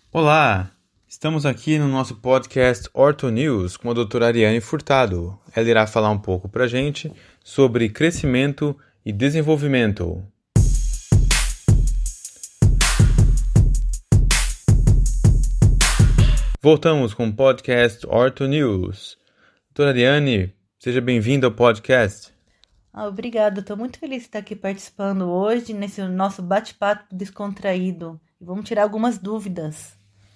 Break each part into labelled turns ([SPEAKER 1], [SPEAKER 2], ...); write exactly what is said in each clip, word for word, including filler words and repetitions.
[SPEAKER 1] Olá, estamos aqui no nosso podcast Ortho News com a doutora Ariane Furtado. Ela irá falar um pouco para a gente sobre crescimento e desenvolvimento. Voltamos com o podcast Ortho News. Doutora Ariane, seja bem-vinda ao podcast.
[SPEAKER 2] Ah, obrigada, estou muito feliz de estar aqui participando hoje nesse nosso bate-papo descontraído. E vamos tirar algumas dúvidas.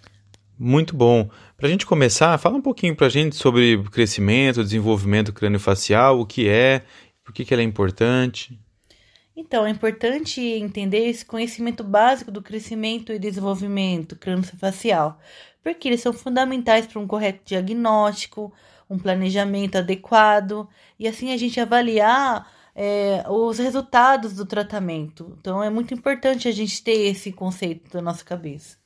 [SPEAKER 1] Muito bom. Para a gente começar, fala um pouquinho para a gente sobre crescimento, desenvolvimento crâniofacial, o que é, por que, que ele é importante.
[SPEAKER 2] Então, é importante entender esse conhecimento básico do crescimento e desenvolvimento crâniofacial, porque eles são fundamentais para um correto diagnóstico, um planejamento adequado e assim a gente avaliar é, os resultados do tratamento. Então, é muito importante a gente ter esse conceito na nossa cabeça.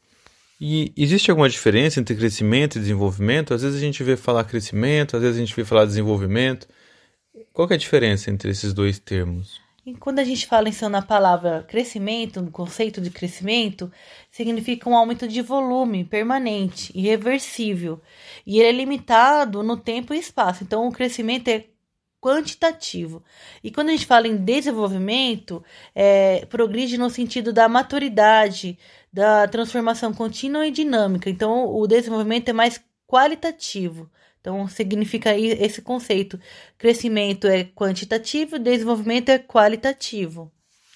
[SPEAKER 1] E existe alguma diferença entre crescimento e desenvolvimento? Às vezes a gente vê falar crescimento, às vezes a gente vê falar desenvolvimento. Qual que é a diferença entre esses dois termos?
[SPEAKER 2] E quando a gente fala então na palavra crescimento, no conceito de crescimento, significa um aumento de volume permanente, irreversível. E ele é limitado no tempo e espaço. Então, o crescimento é quantitativo. E quando a gente fala em desenvolvimento, é, progride no sentido da maturidade, da transformação contínua e dinâmica. Então, o desenvolvimento é mais qualitativo. Então, significa esse conceito. Crescimento é quantitativo, desenvolvimento é qualitativo.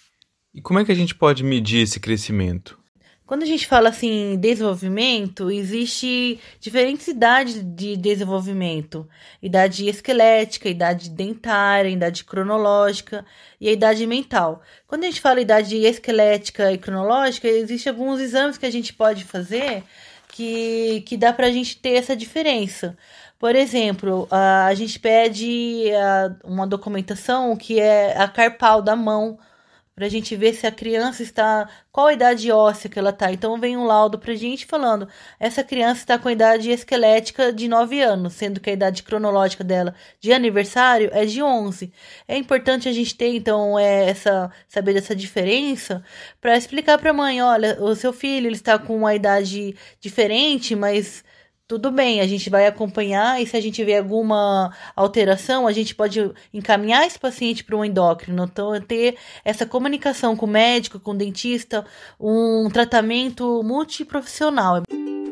[SPEAKER 1] E como é que a gente pode medir esse crescimento?
[SPEAKER 2] Quando a gente fala assim desenvolvimento, existe diferentes idades de desenvolvimento. Idade esquelética, idade dentária, idade cronológica e a idade mental. Quando a gente fala idade esquelética e cronológica, existem alguns exames que a gente pode fazer que, que dá para a gente ter essa diferença. Por exemplo, a gente pede uma documentação que é a carpal da mão, para a gente ver se a criança está, qual a idade óssea que ela está. Então, vem um laudo para a gente falando, essa criança está com a idade esquelética de nove anos, sendo que a idade cronológica dela de aniversário é de onze. É importante a gente ter, então, é, essa, saber dessa diferença, para explicar para a mãe, olha, o seu filho ele está com uma idade diferente, mas tudo bem, a gente vai acompanhar e se a gente vê alguma alteração, a gente pode encaminhar esse paciente para um endócrino. Então, ter essa comunicação com o médico, com o dentista, um tratamento multiprofissional.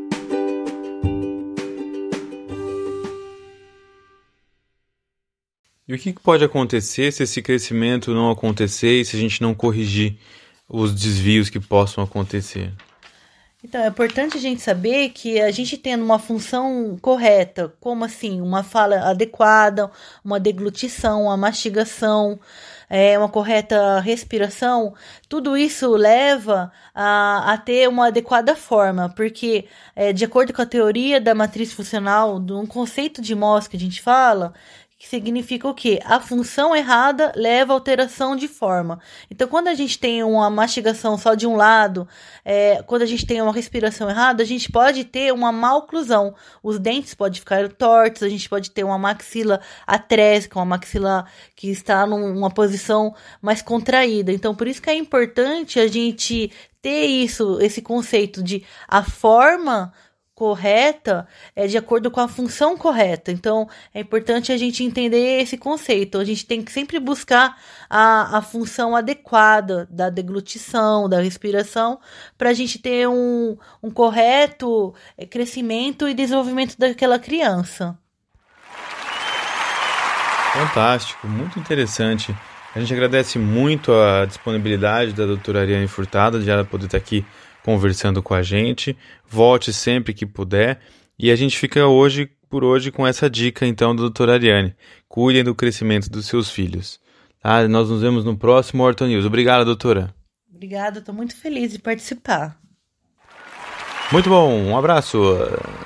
[SPEAKER 1] E o que pode acontecer se esse crescimento não acontecer e se a gente não corrigir os desvios que possam acontecer?
[SPEAKER 2] Então, é importante a gente saber que a gente tendo uma função correta, como assim, uma fala adequada, uma deglutição, uma mastigação, é, uma correta respiração, tudo isso leva a, a ter uma adequada forma, porque é, de acordo com a teoria da matriz funcional, de um conceito de Mohs que a gente fala, que significa o quê? A função errada leva a alteração de forma. Então, quando a gente tem uma mastigação só de um lado, é, quando a gente tem uma respiração errada, a gente pode ter uma maloclusão. Os dentes podem ficar tortos, a gente pode ter uma maxila atrésica, uma maxila que está numa posição mais contraída. Então, por isso que é importante a gente ter isso, esse conceito de a forma correta é de acordo com a função correta. Então, é importante a gente entender esse conceito. A gente tem que sempre buscar a, a função adequada da deglutição, da respiração, para a gente ter um, um correto crescimento e desenvolvimento daquela criança.
[SPEAKER 1] Fantástico, muito interessante. A gente agradece muito a disponibilidade da doutora Ariane Furtado de ela poder estar aqui conversando com a gente. Volte sempre que puder. E a gente fica hoje por hoje com essa dica, então, da doutora Ariane. Cuidem do crescimento dos seus filhos. Tá? Nós nos vemos no próximo Ortho News. Obrigado, doutora.
[SPEAKER 2] Obrigada, estou muito feliz de participar.
[SPEAKER 1] Muito bom, um abraço.